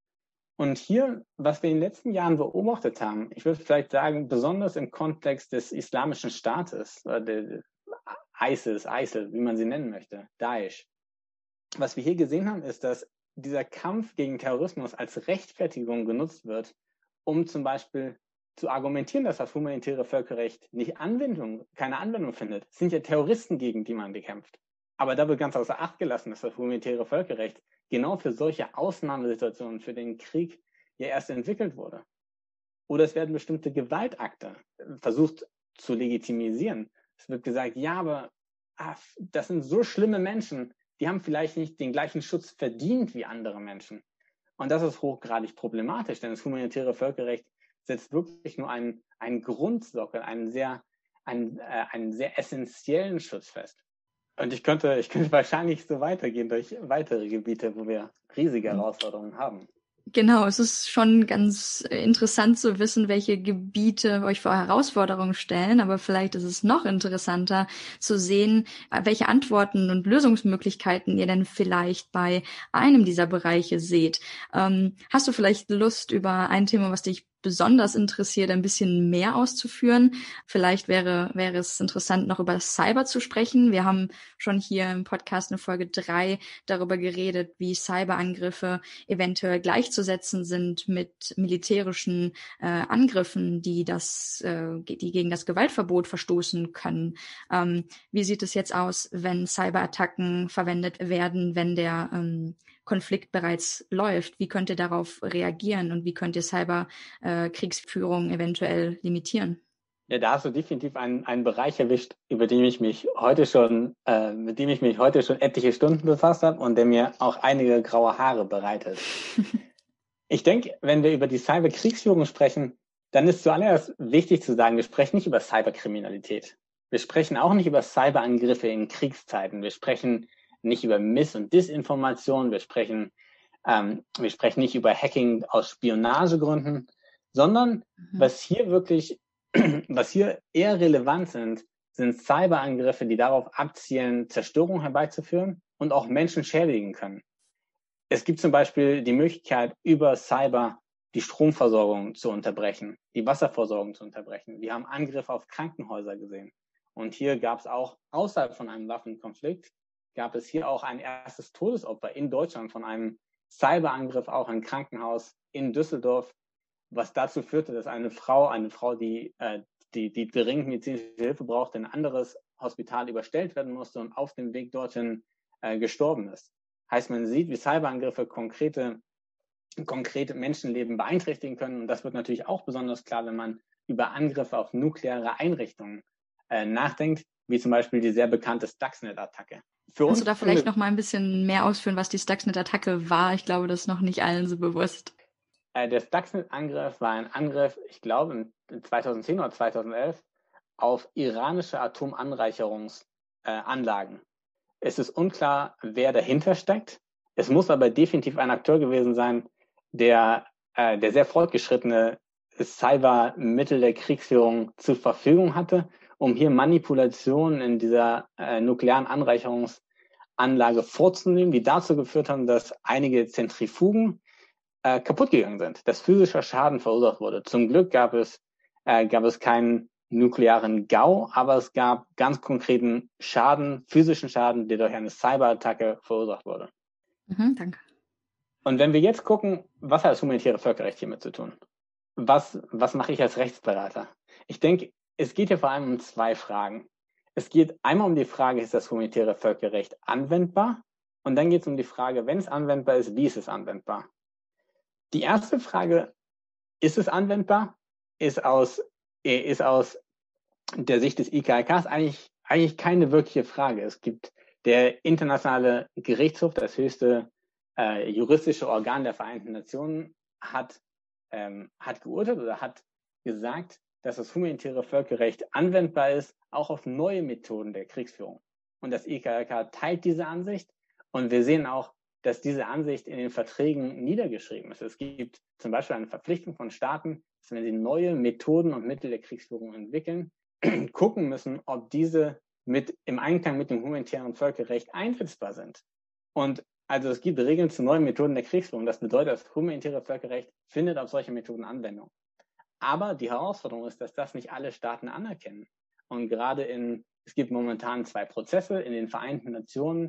Und hier, was wir in den letzten Jahren beobachtet haben, ich würde vielleicht sagen, besonders im Kontext des Islamischen Staates, oder der ISIS, ISIL, wie man sie nennen möchte, Daesh, was wir hier gesehen haben, ist, dass dieser Kampf gegen Terrorismus als Rechtfertigung genutzt wird, um zum Beispiel zu argumentieren, dass das humanitäre Völkerrecht nicht Anwendung, keine Anwendung findet. Es sind ja Terroristen, gegen die man bekämpft. Aber da wird ganz außer Acht gelassen, dass das humanitäre Völkerrecht genau für solche Ausnahmesituationen, für den Krieg ja erst entwickelt wurde. Oder es werden bestimmte Gewaltakte versucht zu legitimisieren. Es wird gesagt, ja, aber ah, das sind so schlimme Menschen, die haben vielleicht nicht den gleichen Schutz verdient wie andere Menschen. Und das ist hochgradig problematisch, denn das humanitäre Völkerrecht setzt wirklich nur einen, einen Grundsockel, einen sehr, einen, äh, einen sehr essentiellen Schutz fest. Und ich könnte, ich könnte wahrscheinlich so weitergehen durch weitere Gebiete, wo wir riesige Herausforderungen haben. Genau, es ist schon ganz interessant zu wissen, welche Gebiete euch vor Herausforderungen stellen, aber vielleicht ist es noch interessanter zu sehen, welche Antworten und Lösungsmöglichkeiten ihr denn vielleicht bei einem dieser Bereiche seht. Ähm, hast du vielleicht Lust, über ein Thema, was dich besonders interessiert, ein bisschen mehr auszuführen? Vielleicht wäre, wäre es interessant, noch über Cyber zu sprechen. Wir haben schon hier im Podcast in Folge drei darüber geredet, wie Cyberangriffe eventuell gleichzusetzen sind mit militärischen äh, Angriffen, die das, äh, die gegen das Gewaltverbot verstoßen können. Ähm, wie sieht es jetzt aus, wenn Cyberattacken verwendet werden, wenn der ähm, Konflikt bereits läuft? Wie könnt ihr darauf reagieren und wie könnt ihr Cyberkriegsführung äh, eventuell limitieren? Ja, da hast du definitiv einen, einen Bereich erwischt, über den ich mich heute schon, äh, mit dem ich mich heute schon etliche Stunden befasst habe und der mir auch einige graue Haare bereitet. Ich denke, wenn wir über die Cyberkriegsführung sprechen, dann ist zuallererst wichtig zu sagen, wir sprechen nicht über Cyberkriminalität. Wir sprechen auch nicht über Cyberangriffe in Kriegszeiten. Wir sprechen nicht über Miss- und Disinformation. Wir sprechen, ähm, wir sprechen nicht über Hacking aus Spionagegründen, sondern mhm. was hier wirklich, was hier eher relevant sind, sind Cyberangriffe, die darauf abzielen, Zerstörung herbeizuführen und auch Menschen schädigen können. Es gibt zum Beispiel die Möglichkeit, über Cyber die Stromversorgung zu unterbrechen, die Wasserversorgung zu unterbrechen. Wir haben Angriffe auf Krankenhäuser gesehen. Und hier gab es auch außerhalb von einem Waffenkonflikt, gab es hier auch ein erstes Todesopfer in Deutschland von einem Cyberangriff, auch ein Krankenhaus in Düsseldorf, was dazu führte, dass eine Frau, eine Frau, die, äh, die, die dringend medizinische Hilfe brauchte, in ein anderes Hospital überstellt werden musste und auf dem Weg dorthin äh, gestorben ist. Heißt, man sieht, wie Cyberangriffe konkrete, konkrete Menschenleben beeinträchtigen können. Und das wird natürlich auch besonders klar, wenn man über Angriffe auf nukleare Einrichtungen äh, nachdenkt, wie zum Beispiel die sehr bekannte Stuxnet-Attacke. Für Kannst du da vielleicht noch mal ein bisschen mehr ausführen, was die Stuxnet-Attacke war? Ich glaube, das ist noch nicht allen so bewusst. Äh, der Stuxnet-Angriff war ein Angriff, ich glaube, in zweitausendzehn oder zweitausendelf auf iranische Atomanreicherungsanlagen. Äh, Es ist unklar, wer dahinter steckt. Es muss aber definitiv ein Akteur gewesen sein, der, äh, der sehr fortgeschrittene Cybermittel der Kriegsführung zur Verfügung hatte, um hier Manipulationen in dieser äh, nuklearen Anreicherungsanlage vorzunehmen, die dazu geführt haben, dass einige Zentrifugen äh, kaputt gegangen sind, dass physischer Schaden verursacht wurde. Zum Glück gab es, äh, gab es keinen nuklearen GAU, aber es gab ganz konkreten Schaden, physischen Schaden, der durch eine Cyberattacke verursacht wurde. Mhm, danke. Und wenn wir jetzt gucken, was hat das humanitäre Völkerrecht hiermit zu tun? Was, was mache ich als Rechtsberater? Ich denke, es geht hier vor allem um zwei Fragen. Es geht einmal um die Frage, ist das humanitäre Völkerrecht anwendbar? Und dann geht es um die Frage, wenn es anwendbar ist, wie ist es anwendbar? Die erste Frage, ist es anwendbar, ist aus, ist aus der Sicht des I K I K eigentlich, eigentlich keine wirkliche Frage. Es gibt der internationale Gerichtshof, das höchste äh, juristische Organ der Vereinten Nationen, hat, ähm, hat geurteilt oder hat gesagt, dass das humanitäre Völkerrecht anwendbar ist, auch auf neue Methoden der Kriegsführung. Und das I K I K teilt diese Ansicht. Und wir sehen auch, dass diese Ansicht in den Verträgen niedergeschrieben ist. Es gibt zum Beispiel eine Verpflichtung von Staaten, dass wenn sie neue Methoden und Mittel der Kriegsführung entwickeln, gucken müssen, ob diese mit im Einklang mit dem humanitären Völkerrecht einsetzbar sind. Und also es gibt Regeln zu neuen Methoden der Kriegsführung. Das bedeutet, das humanitäre Völkerrecht findet auf solche Methoden Anwendung. Aber die Herausforderung ist, dass das nicht alle Staaten anerkennen. Und gerade in, es gibt momentan zwei Prozesse in den Vereinten Nationen,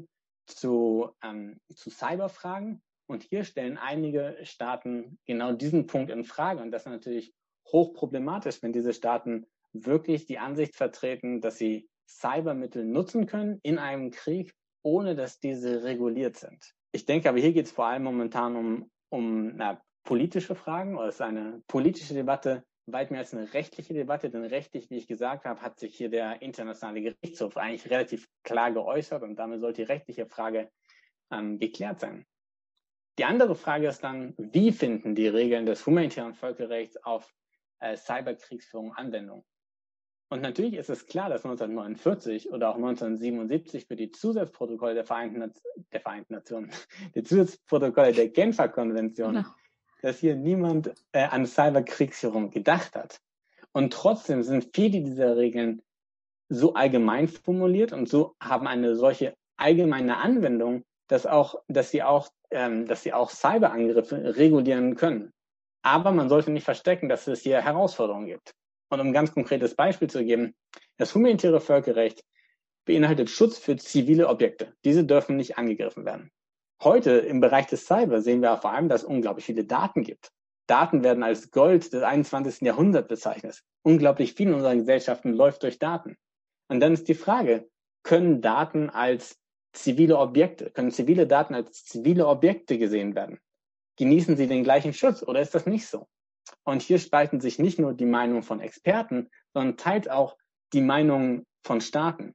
zu, ähm, zu Cyberfragen. Und hier stellen einige Staaten genau diesen Punkt in Frage. Und das ist natürlich hochproblematisch, wenn diese Staaten wirklich die Ansicht vertreten, dass sie Cybermittel nutzen können in einem Krieg, ohne dass diese reguliert sind. Ich denke aber, hier geht es vor allem momentan um, um na, politische Fragen, oder es ist eine politische Debatte, weit mehr als eine rechtliche Debatte, denn rechtlich, wie ich gesagt habe, hat sich hier der Internationale Gerichtshof eigentlich relativ klar geäußert und damit sollte die rechtliche Frage ähm, geklärt sein. Die andere Frage ist dann, wie finden die Regeln des humanitären Völkerrechts auf äh, Cyberkriegsführung Anwendung? Und natürlich ist es klar, dass neunzehnhundertneunundvierzig oder auch neunzehnhundertsiebenundsiebzig für die Zusatzprotokolle der Vereinten, der Vereinten Nationen, die Zusatzprotokolle der Genfer Konvention, genau, dass hier niemand äh, an Cyberkriegsführung gedacht hat. Und trotzdem sind viele dieser Regeln so allgemein formuliert und so haben eine solche allgemeine Anwendung, dass auch, dass sie auch, ähm, dass sie auch Cyberangriffe regulieren können. Aber man sollte nicht verstecken, dass es hier Herausforderungen gibt. Und um ein ganz konkretes Beispiel zu geben, das humanitäre Völkerrecht beinhaltet Schutz für zivile Objekte. Diese dürfen nicht angegriffen werden. Heute im Bereich des Cyber sehen wir vor allem, dass es unglaublich viele Daten gibt. Daten werden als Gold des einundzwanzigsten Jahrhunderts bezeichnet. Unglaublich viel in unseren Gesellschaften läuft durch Daten. Und dann ist die Frage, können Daten als zivile Objekte, können zivile Daten als zivile Objekte gesehen werden? Genießen sie den gleichen Schutz oder ist das nicht so? Und hier spalten sich nicht nur die Meinungen von Experten, sondern teils auch die Meinungen von Staaten.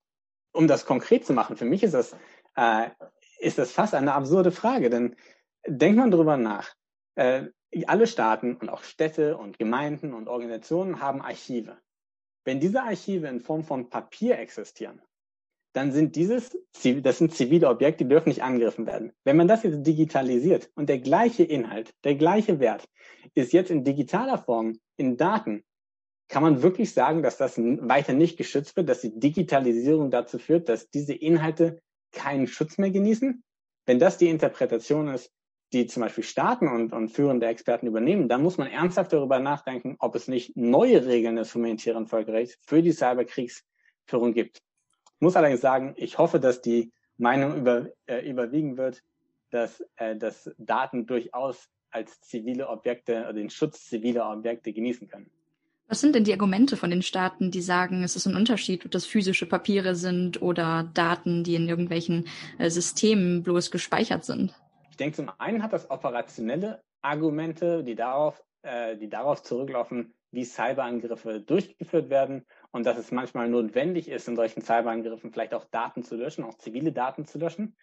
Um das konkret zu machen, für mich ist das, äh, ist das fast eine absurde Frage, denn denkt man darüber nach. Äh, alle Staaten und auch Städte und Gemeinden und Organisationen haben Archive. Wenn diese Archive in Form von Papier existieren, dann sind dieses, das sind zivile Objekte, die dürfen nicht angegriffen werden. Wenn man das jetzt digitalisiert und der gleiche Inhalt, der gleiche Wert ist jetzt in digitaler Form, in Daten, kann man wirklich sagen, dass das weiter nicht geschützt wird, dass die Digitalisierung dazu führt, dass diese Inhalte keinen Schutz mehr genießen? Wenn das die Interpretation ist, die zum Beispiel Staaten und, und führende Experten übernehmen, dann muss man ernsthaft darüber nachdenken, ob es nicht neue Regeln des humanitären Völkerrechts für die Cyberkriegsführung gibt. Ich muss allerdings sagen, ich hoffe, dass die Meinung über, äh, überwiegen wird, dass, äh, dass Daten durchaus als zivile Objekte oder den Schutz ziviler Objekte genießen können. Was sind denn die Argumente von den Staaten, die sagen, es ist ein Unterschied, ob das physische Papiere sind oder Daten, die in irgendwelchen äh, Systemen bloß gespeichert sind? Ich denke, zum einen hat das operationelle Argumente, die darauf, äh, die darauf zurücklaufen, wie Cyberangriffe durchgeführt werden und dass es manchmal notwendig ist, in solchen Cyberangriffen vielleicht auch Daten zu löschen, auch zivile Daten zu löschen.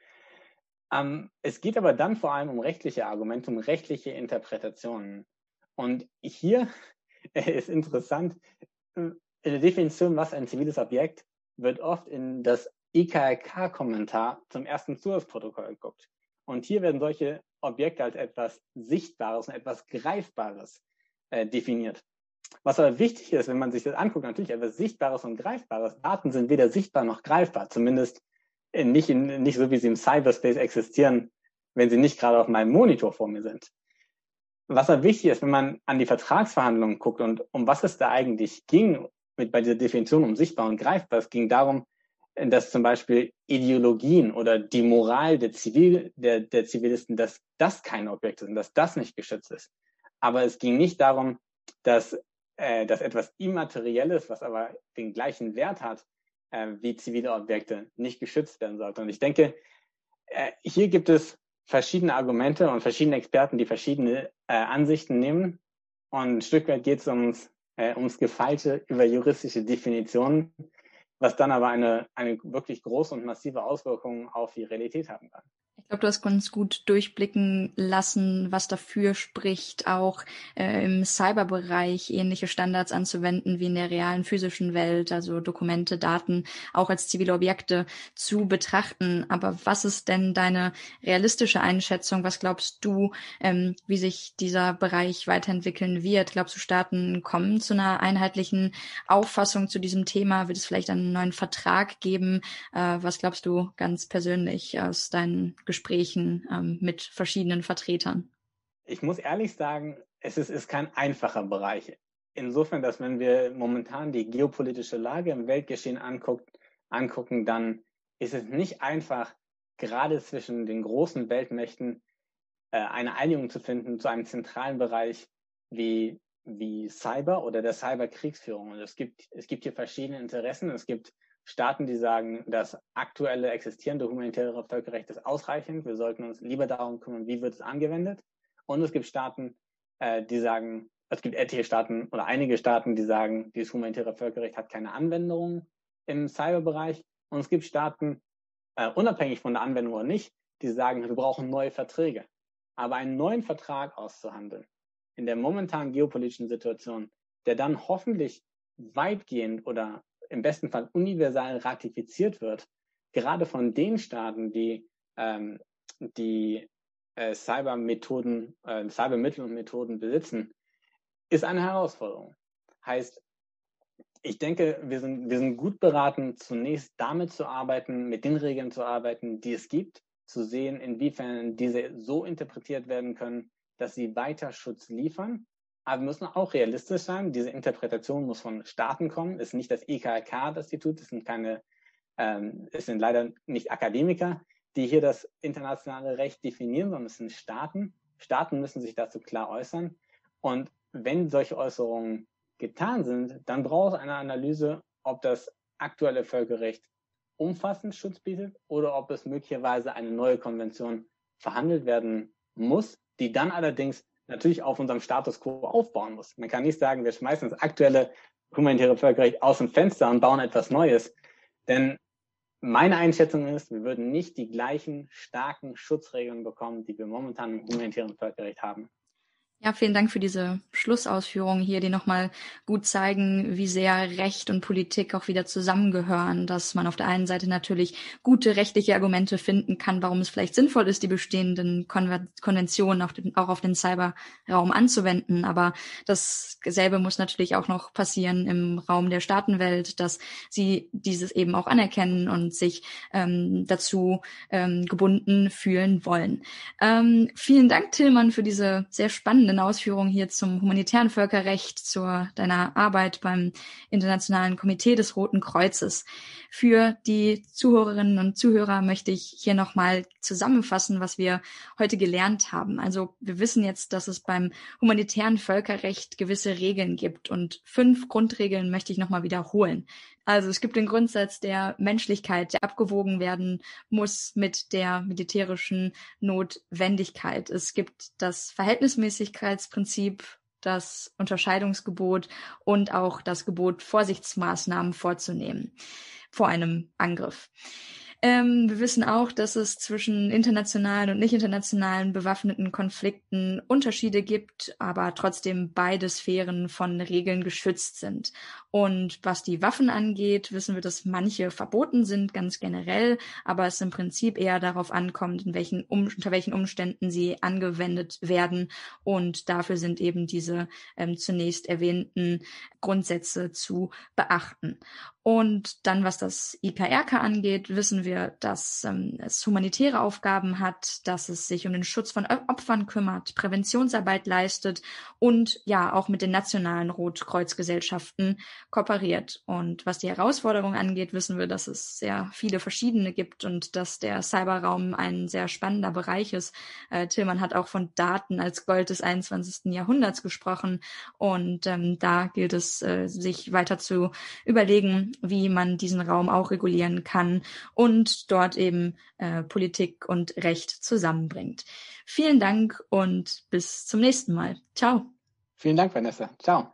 Ähm, es geht aber dann vor allem um rechtliche Argumente, um rechtliche Interpretationen. Und hier ist interessant, in der Definition, was ein ziviles Objekt, wird oft in das I K R K-Kommentar zum ersten Zusatzprotokoll geguckt. Und hier werden solche Objekte als etwas Sichtbares und etwas Greifbares äh, definiert. Was aber wichtig ist, wenn man sich das anguckt, natürlich etwas Sichtbares und Greifbares. Daten sind weder sichtbar noch greifbar, zumindest in, nicht, in, nicht so, wie sie im Cyberspace existieren, wenn sie nicht gerade auf meinem Monitor vor mir sind. Was aber wichtig ist, wenn man an die Vertragsverhandlungen guckt und um was es da eigentlich ging mit bei dieser Definition um sichtbar und greifbar, es ging darum, dass zum Beispiel Ideologien oder die Moral der, Zivil, der, der Zivilisten, dass das keine Objekte sind, dass das nicht geschützt ist. Aber es ging nicht darum, dass, äh, dass etwas Immaterielles, was aber den gleichen Wert hat, äh, wie zivile Objekte, nicht geschützt werden sollte. Und ich denke, äh, hier gibt es verschiedene Argumente und verschiedene Experten, die verschiedene äh, Ansichten nehmen. Und ein Stück weit geht es ums, äh, ums Gefeilte über juristische Definitionen, was dann aber eine, eine wirklich große und massive Auswirkung auf die Realität haben kann. Ich glaube, du hast ganz gut durchblicken lassen, was dafür spricht, auch äh, im Cyberbereich ähnliche Standards anzuwenden wie in der realen physischen Welt, also Dokumente, Daten auch als zivile Objekte zu betrachten. Aber was ist denn deine realistische Einschätzung? Was glaubst du, ähm, wie sich dieser Bereich weiterentwickeln wird? Glaubst du, Staaten kommen zu einer einheitlichen Auffassung zu diesem Thema? Wird es vielleicht einen neuen Vertrag geben? Äh, was glaubst du ganz persönlich aus deinen Gesprächen ähm, mit verschiedenen Vertretern? Ich muss ehrlich sagen, es ist, ist kein einfacher Bereich. Insofern, dass wenn wir momentan die geopolitische Lage im Weltgeschehen anguckt, angucken, dann ist es nicht einfach, gerade zwischen den großen Weltmächten äh, eine Einigung zu finden zu einem zentralen Bereich wie, wie Cyber oder der Cyberkriegsführung. Und es gibt, es gibt hier verschiedene Interessen. Es gibt Staaten, die sagen, das aktuelle existierende humanitäre Völkerrecht ist ausreichend. Wir sollten uns lieber darum kümmern, wie wird es angewendet. Und es gibt Staaten, äh, die sagen, es gibt etliche Staaten oder einige Staaten, die sagen, dieses humanitäre Völkerrecht hat keine Anwendung im Cyberbereich. Und es gibt Staaten, äh, unabhängig von der Anwendung oder nicht, die sagen, wir brauchen neue Verträge. Aber einen neuen Vertrag auszuhandeln in der momentanen geopolitischen Situation, der dann hoffentlich weitgehend oder im besten Fall universal ratifiziert wird, gerade von den Staaten, die ähm, die äh, Cybermethoden, äh, Cybermittel und Methoden besitzen, ist eine Herausforderung. Heißt, ich denke, wir sind, wir sind gut beraten, zunächst damit zu arbeiten, mit den Regeln zu arbeiten, die es gibt, zu sehen, inwiefern diese so interpretiert werden können, dass sie weiter Schutz liefern. Aber wir müssen auch realistisch sein. Diese Interpretation muss von Staaten kommen. Es ist nicht das I K R K, das die tut. Es sind keine, ähm, es sind leider nicht Akademiker, die hier das internationale Recht definieren, sondern es sind Staaten. Staaten müssen sich dazu klar äußern. Und wenn solche Äußerungen getan sind, dann braucht es eine Analyse, ob das aktuelle Völkerrecht umfassend Schutz bietet oder ob es möglicherweise eine neue Konvention verhandelt werden muss, die dann allerdings natürlich auf unserem Status quo aufbauen muss. Man kann nicht sagen, wir schmeißen das aktuelle humanitäre Völkerrecht aus dem Fenster und bauen etwas Neues. Denn meine Einschätzung ist, wir würden nicht die gleichen starken Schutzregeln bekommen, die wir momentan im humanitären Völkerrecht haben. Ja, vielen Dank für diese Schlussausführungen hier, die nochmal gut zeigen, wie sehr Recht und Politik auch wieder zusammengehören, dass man auf der einen Seite natürlich gute rechtliche Argumente finden kann, warum es vielleicht sinnvoll ist, die bestehenden Konver- Konventionen auch, den, auch auf den Cyberraum anzuwenden. Aber dasselbe muss natürlich auch noch passieren im Raum der Staatenwelt, dass sie dieses eben auch anerkennen und sich ähm, dazu ähm, gebunden fühlen wollen. Ähm, vielen Dank, Tillmann, für diese sehr spannende Ausführungen hier zum humanitären Völkerrecht, zu deiner Arbeit beim Internationalen Komitee des Roten Kreuzes. Für die Zuhörerinnen und Zuhörer möchte ich hier nochmal zusammenfassen, was wir heute gelernt haben. Also wir wissen jetzt, dass es beim humanitären Völkerrecht gewisse Regeln gibt und fünf Grundregeln möchte ich nochmal wiederholen. Also es gibt den Grundsatz der Menschlichkeit, der abgewogen werden muss mit der militärischen Notwendigkeit. Es gibt das Verhältnismäßigkeitsprinzip, das Unterscheidungsgebot und auch das Gebot, Vorsichtsmaßnahmen vorzunehmen vor einem Angriff. Ähm, wir wissen auch, dass es zwischen internationalen und nicht internationalen bewaffneten Konflikten Unterschiede gibt, aber trotzdem beide Sphären von Regeln geschützt sind. Und was die Waffen angeht, wissen wir, dass manche verboten sind, ganz generell, aber es im Prinzip eher darauf ankommt, in welchen um, unter welchen Umständen sie angewendet werden. Und dafür sind eben diese ähm, zunächst erwähnten Grundsätze zu beachten. Und dann, was das I K R K angeht, wissen wir, dass ähm, es humanitäre Aufgaben hat, dass es sich um den Schutz von Opfern kümmert, Präventionsarbeit leistet und ja auch mit den nationalen Rotkreuzgesellschaften kooperiert. Und was die Herausforderungen angeht, wissen wir, dass es sehr viele verschiedene gibt und dass der Cyberraum ein sehr spannender Bereich ist. Äh, Tillmann hat auch von Daten als Gold des einundzwanzigsten Jahrhunderts gesprochen und ähm, da gilt es, äh, sich weiter zu überlegen, wie man diesen Raum auch regulieren kann und dort eben äh, Politik und Recht zusammenbringt. Vielen Dank und bis zum nächsten Mal. Ciao. Vielen Dank, Vanessa. Ciao.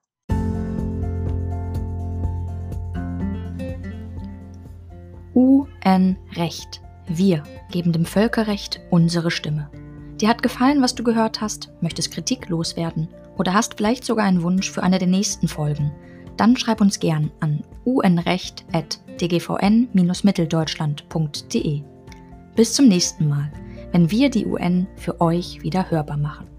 U N-Recht. Wir geben dem Völkerrecht unsere Stimme. Dir hat gefallen, was du gehört hast, möchtest Kritik loswerden oder hast vielleicht sogar einen Wunsch für eine der nächsten Folgen? Dann schreib uns gern an unrecht at d g v n dash mitteldeutschland punkt d e. Bis zum nächsten Mal, wenn wir die U N für euch wieder hörbar machen.